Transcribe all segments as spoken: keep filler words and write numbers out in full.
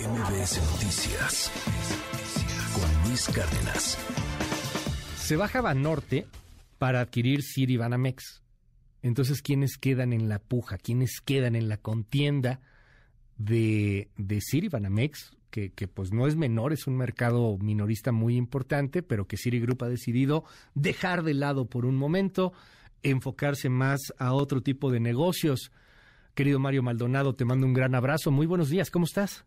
M B S Noticias con Luis Cárdenas. Se baja Banorte para adquirir Citibanamex. Entonces, ¿quiénes quedan en la puja? ¿Quiénes quedan en la contienda de, de Citibanamex? Que, que pues no es menor, es un mercado minorista muy importante, pero que Citigroup ha decidido dejar de lado por un momento, enfocarse más a otro tipo de negocios. Querido Mario Maldonado, te mando un gran abrazo. Muy buenos días, ¿cómo estás?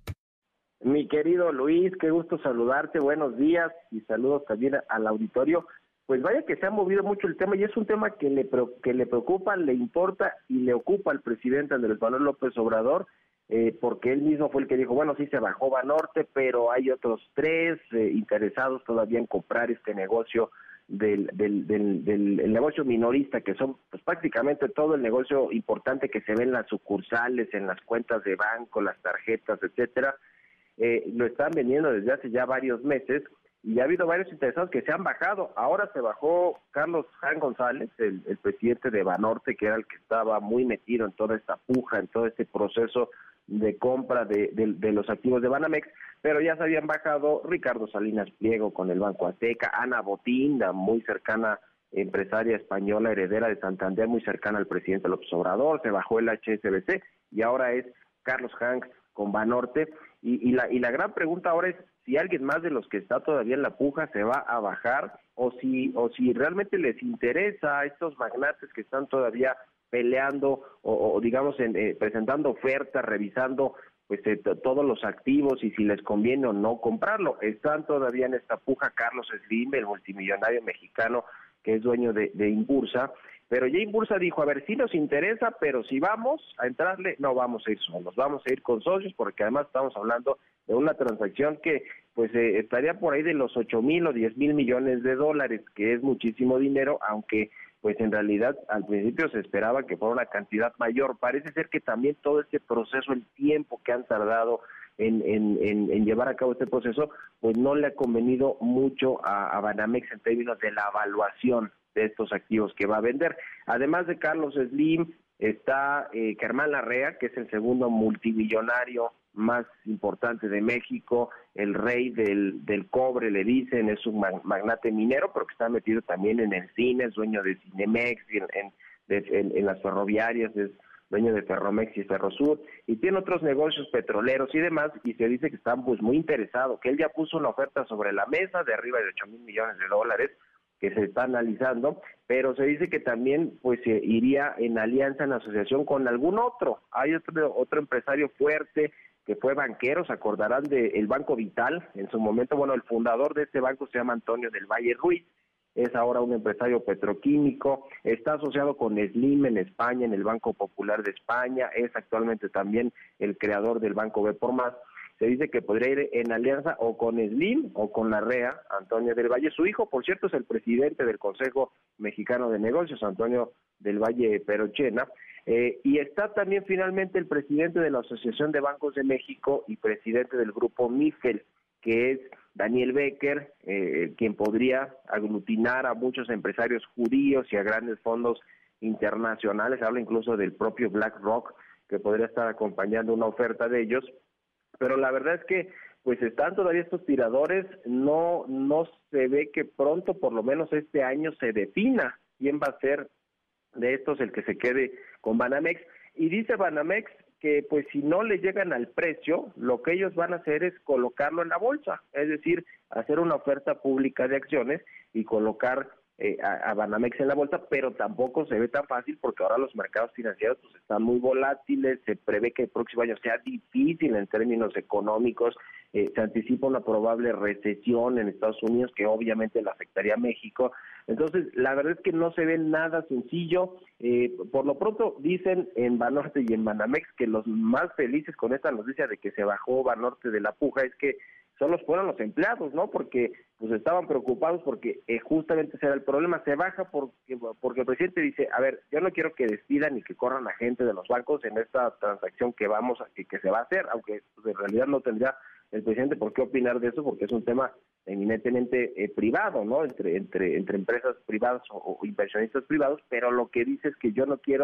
Mi querido Luis, qué gusto saludarte, buenos días y saludos también al auditorio. Pues vaya que se ha movido mucho el tema y es un tema que le que le preocupa, le importa y le ocupa al presidente Andrés Manuel López Obrador, eh, porque él mismo fue el que dijo, bueno, sí se bajó Banorte, pero hay otros tres eh, interesados todavía en comprar este negocio del, del, del, del el negocio minorista, que son pues prácticamente todo el negocio importante que se ve en las sucursales, en las cuentas de banco, las tarjetas, etcétera. Eh, lo están vendiendo desde hace ya varios meses y ha habido varios interesados que se han bajado. Ahora se bajó Carlos Jan González, el, el presidente de Banorte, que era el que estaba muy metido en toda esta puja, en todo este proceso de compra de, de, de los activos de Banamex, pero ya se habían bajado Ricardo Salinas Pliego con el Banco Azteca, Ana Botín, la muy cercana empresaria española heredera de Santander, muy cercana al presidente López Obrador, se bajó el H S B C y ahora es Carlos Hank con Banorte. Y, y, la, y la gran pregunta ahora es si alguien más de los que está todavía en la puja se va a bajar o si o si realmente les interesa a estos magnates que están todavía peleando o, o digamos en, eh, presentando ofertas, revisando pues eh, t- todos los activos y si les conviene o no comprarlo. Están todavía en esta puja Carlos Slim, el multimillonario mexicano que es dueño de, de Inbursa, pero ya Inbursa dijo, a ver, sí nos interesa, pero si vamos a entrarle, no vamos a ir solos, vamos a ir con socios, porque además estamos hablando de una transacción que pues eh, estaría por ahí de los ocho mil o diez mil millones de dólares, que es muchísimo dinero, aunque pues en realidad al principio se esperaba que fuera una cantidad mayor. Parece ser que también todo este proceso, el tiempo que han tardado en, en, en, en llevar a cabo este proceso, pues no le ha convenido mucho a, a Banamex en términos de la evaluación de estos activos que va a vender. Además de Carlos Slim, está eh, Germán Larrea, que es el segundo multimillonario más importante de México, el rey del, del cobre, le dicen, es un magnate minero, pero que está metido también en el cine, es dueño de Cinemex, en, en, de, en, en las ferroviarias, es dueño de Ferromex y Ferrosur, y tiene otros negocios petroleros y demás, y se dice que está pues muy interesado, que él ya puso una oferta sobre la mesa de arriba de ocho mil millones de dólares, que se está analizando, pero se dice que también pues eh, iría en alianza, en asociación con algún otro. Hay otro otro empresario fuerte que fue banquero, se acordarán del Banco Vital, en su momento, bueno, el fundador de este banco se llama Antonio del Valle Ruiz, es ahora un empresario petroquímico, está asociado con Slim en España, en el Banco Popular de España, es actualmente también el creador del Banco B por Más. Se dice que podría ir en alianza o con Slim o con Larrea, Antonio del Valle. Su hijo, por cierto, es el presidente del Consejo Mexicano de Negocios, Antonio del Valle Perochena. Eh, y está también finalmente el presidente de la Asociación de Bancos de México y presidente del grupo MIFEL, que es Daniel Becker, eh, quien podría aglutinar a muchos empresarios judíos y a grandes fondos internacionales. Habla incluso del propio BlackRock, que podría estar acompañando una oferta de ellos. Pero la verdad es que pues están todavía estos tiradores, no no se ve que pronto, por lo menos este año, se defina quién va a ser de estos el que se quede con Banamex. Y dice Banamex que pues si no le llegan al precio, lo que ellos van a hacer es colocarlo en la bolsa, es decir, hacer una oferta pública de acciones y colocar Eh, a, a Banamex en la bolsa, pero tampoco se ve tan fácil porque ahora los mercados financieros pues están muy volátiles, se prevé que el próximo año sea difícil en términos económicos, eh, se anticipa una probable recesión en Estados Unidos que obviamente le afectaría a México. Entonces la verdad es que no se ve nada sencillo. Eh, por lo pronto dicen en Banorte y en Banamex que los más felices con esta noticia de que se bajó Banorte de la puja es que solo fueron los empleados, ¿no? Porque pues estaban preocupados porque eh, justamente ese era el problema, se baja porque porque el presidente dice, a ver, yo no quiero que despidan ni que corran a gente de los bancos en esta transacción que vamos a, que, que se va a hacer, aunque pues, en realidad no tendría el presidente por qué opinar de eso, porque es un tema eminentemente eh, privado, ¿no? Entre entre entre empresas privadas o, o inversionistas privados, pero lo que dice es que yo no quiero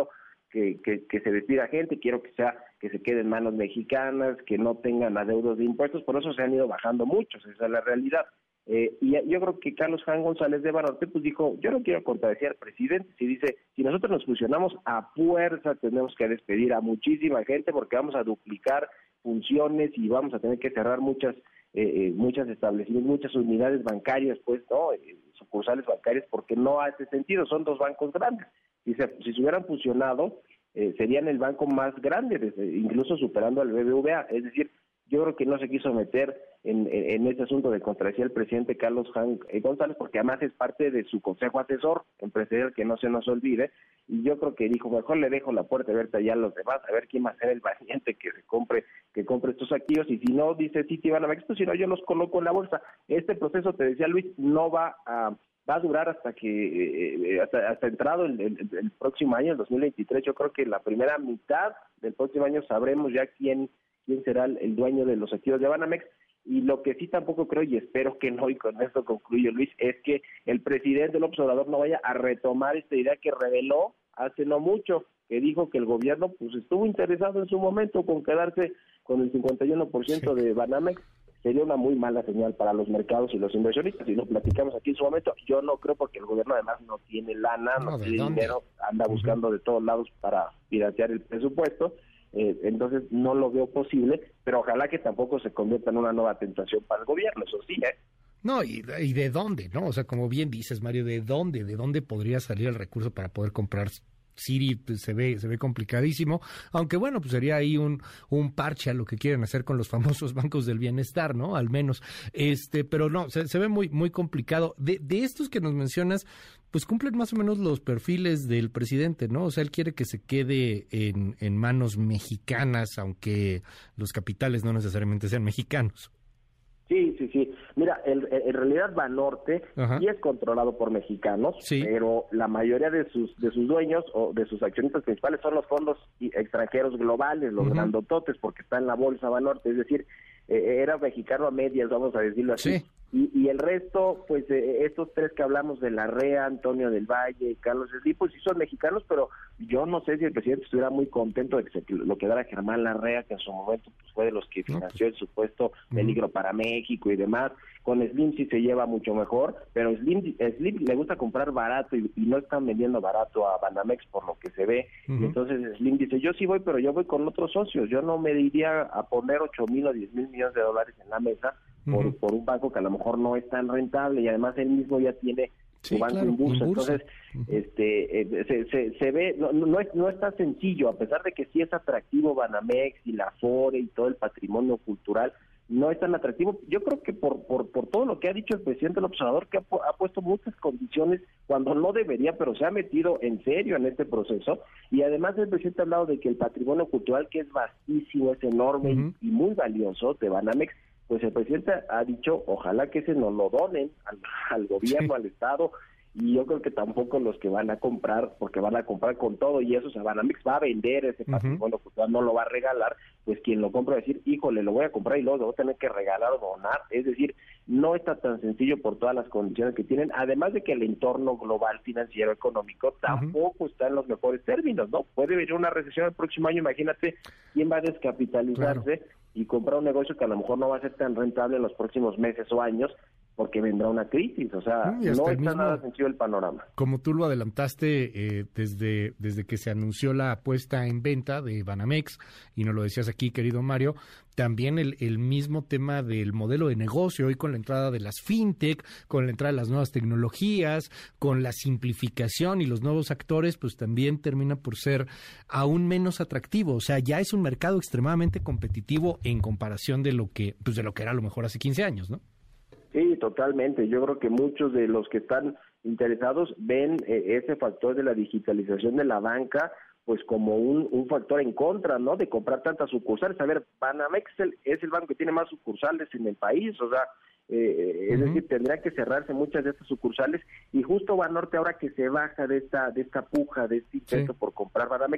que, que, que se despida gente, quiero que sea que se quede en manos mexicanas, que no tengan adeudos de impuestos, por eso se han ido bajando muchos, esa es la realidad. Eh, y yo creo que Carlos Jan González de Banorte pues dijo, yo no quiero contradecir al presidente, si dice, si nosotros nos fusionamos a fuerza tenemos que despedir a muchísima gente porque vamos a duplicar funciones y vamos a tener que cerrar muchas eh, muchas establecimientos, muchas unidades bancarias, pues no, eh, sucursales bancarias, porque no hace sentido, son dos bancos grandes. Si se, si se hubieran fusionado, eh, serían el banco más grande, desde, incluso superando al B B V A, es decir, yo creo que no se quiso meter en, en, en este asunto de contradecir al presidente Carlos Jan González, porque además es parte de su consejo asesor empresarial, que no se nos olvide, y yo creo que dijo, mejor le dejo la puerta abierta ya a los demás, a ver quién va a ser el valiente que se compre, que compre estos activos, y si no, dice Citibanamex, pues si no, yo los coloco en la bolsa. Este proceso, te decía Luis, no va a... va a durar hasta que eh, hasta, hasta entrado el, el, el próximo año, el dos mil veintitrés. Yo creo que la primera mitad del próximo año sabremos ya quién quién será el, el dueño de los activos de Banamex. Y lo que sí tampoco creo, y espero que no, y con esto concluyo, Luis, es que el presidente López Obrador no vaya a retomar esta idea que reveló hace no mucho, que dijo que el gobierno pues estuvo interesado en su momento con quedarse con el cincuenta y uno por ciento sí. de Banamex. Sería una muy mala señal para los mercados y los inversionistas, y lo platicamos aquí en su momento. Yo no creo, porque el gobierno además no tiene lana, no, no tiene dónde? dinero, anda buscando uh-huh. de todos lados para financiar el presupuesto, eh, entonces no lo veo posible, pero ojalá que tampoco se convierta en una nueva tentación para el gobierno, eso sí, ¿eh? No, y, y de dónde, ¿no? O sea, como bien dices, Mario, ¿de dónde? ¿De dónde podría salir el recurso para poder comprar Citi? Pues, se ve se ve complicadísimo, aunque bueno, pues sería ahí un un parche a lo que quieren hacer con los famosos bancos del bienestar, ¿no? Al menos, este, pero no, se, se ve muy muy complicado. De, de estos que nos mencionas, pues cumplen más o menos los perfiles del presidente, ¿no? O sea, él quiere que se quede en, en manos mexicanas, aunque los capitales no necesariamente sean mexicanos. Sí, sí, sí. Mira, el, en realidad Banorte sí es controlado por mexicanos, sí. pero la mayoría de sus de sus dueños o de sus accionistas principales son los fondos extranjeros globales, los uh-huh. grandototes, porque está en la bolsa Banorte, es decir, eh, era mexicano a medias, vamos a decirlo así. Sí. Y, y el resto, pues eh, estos tres que hablamos de Larrea, Antonio del Valle, Carlos Slim, pues sí son mexicanos, pero yo no sé si el presidente estuviera muy contento de que se lo quedara Germán Larrea, que en su momento pues, fue de los que financió el supuesto peligro uh-huh. para México y demás. Con Slim sí se lleva mucho mejor, pero Slim, Slim le gusta comprar barato y, y no están vendiendo barato a Banamex por lo que se ve. Uh-huh. Y entonces Slim dice, yo sí voy, pero yo voy con otros socios, yo no me iría a poner ocho mil o diez mil millones de dólares en la mesa por, uh-huh. por un banco que a lo mejor no es tan rentable, y además él mismo ya tiene su sí, banco claro, en bursa. En bursa. Entonces, uh-huh. este eh, se, se, se ve, no, no, es, no es tan sencillo, a pesar de que sí es atractivo Banamex y la Afore y todo el patrimonio cultural, no es tan atractivo. Yo creo que por por por todo lo que ha dicho el presidente López Obrador, que ha, ha puesto muchas condiciones cuando no debería, pero se ha metido en serio en este proceso, y además el presidente ha hablado de que el patrimonio cultural, que es vastísimo, es enorme uh-huh. y, y muy valioso de Banamex, pues el presidente ha dicho, ojalá que ese nos lo donen al, al gobierno, sí. al Estado, y yo creo que tampoco los que van a comprar, porque van a comprar con todo, y eso, o sea, Banamex va a vender ese patrimonio uh-huh. cultural, no lo va a regalar, pues quien lo compra va a decir, híjole, lo voy a comprar y luego lo voy a tener que regalar o donar. Es decir, no está tan sencillo por todas las condiciones que tienen, además de que el entorno global financiero económico tampoco uh-huh. está en los mejores términos, ¿no? Puede venir una recesión el próximo año, imagínate quién va a descapitalizarse claro. y comprar un negocio que a lo mejor no va a ser tan rentable en los próximos meses o años, porque vendrá una crisis, o sea, no está mismo, nada sencillo el panorama. Como tú lo adelantaste eh, desde, desde que se anunció la puesta en venta de Banamex, y nos lo decías aquí, querido Mario, también el, el mismo tema del modelo de negocio, hoy con la entrada de las fintech, con la entrada de las nuevas tecnologías, con la simplificación y los nuevos actores, pues también termina por ser aún menos atractivo. O sea, ya es un mercado extremadamente competitivo en comparación de lo que, pues de lo que era a lo mejor hace quince años, ¿no? Sí, totalmente. Yo creo que muchos de los que están interesados ven eh, ese factor de la digitalización de la banca pues como un, un factor en contra, ¿no?, de comprar tantas sucursales. A ver, Banamex es el, es el banco que tiene más sucursales en el país, o sea, eh, uh-huh. es decir, tendría que cerrarse muchas de estas sucursales, y justo Banorte, ahora que se baja de esta de esta puja, de este intento sí. por comprar Banamex,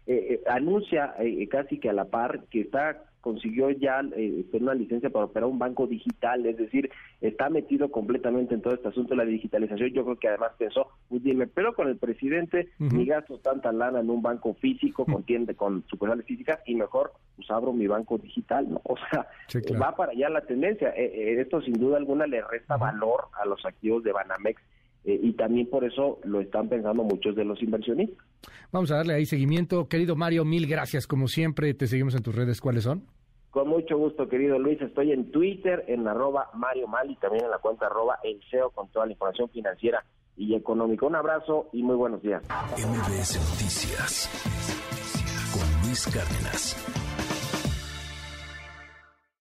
eh, eh, anuncia eh, casi que a la par que está consiguió ya eh, una licencia para operar un banco digital, es decir, está metido completamente en todo este asunto de la digitalización. Yo creo que además pensó, pues dime, pero con el presidente uh-huh. ni gasto tanta lana en un banco físico, uh-huh. contiende con sucursales físicas, y mejor pues abro mi banco digital, ¿no? O sea, sí, claro. va para allá la tendencia. Eh, eh, esto sin duda alguna le resta uh-huh. valor a los activos de Banamex, eh, y también por eso lo están pensando muchos de los inversionistas. Vamos a darle ahí seguimiento. Querido Mario, mil gracias como siempre. Te seguimos en tus redes. ¿Cuáles son? Con mucho gusto, querido Luis. Estoy en Twitter, en arroba Mario Mal, y también en la cuenta arroba El C E O con toda la información financiera y económica. Un abrazo y muy buenos días. M B S Noticias con Luis Cárdenas.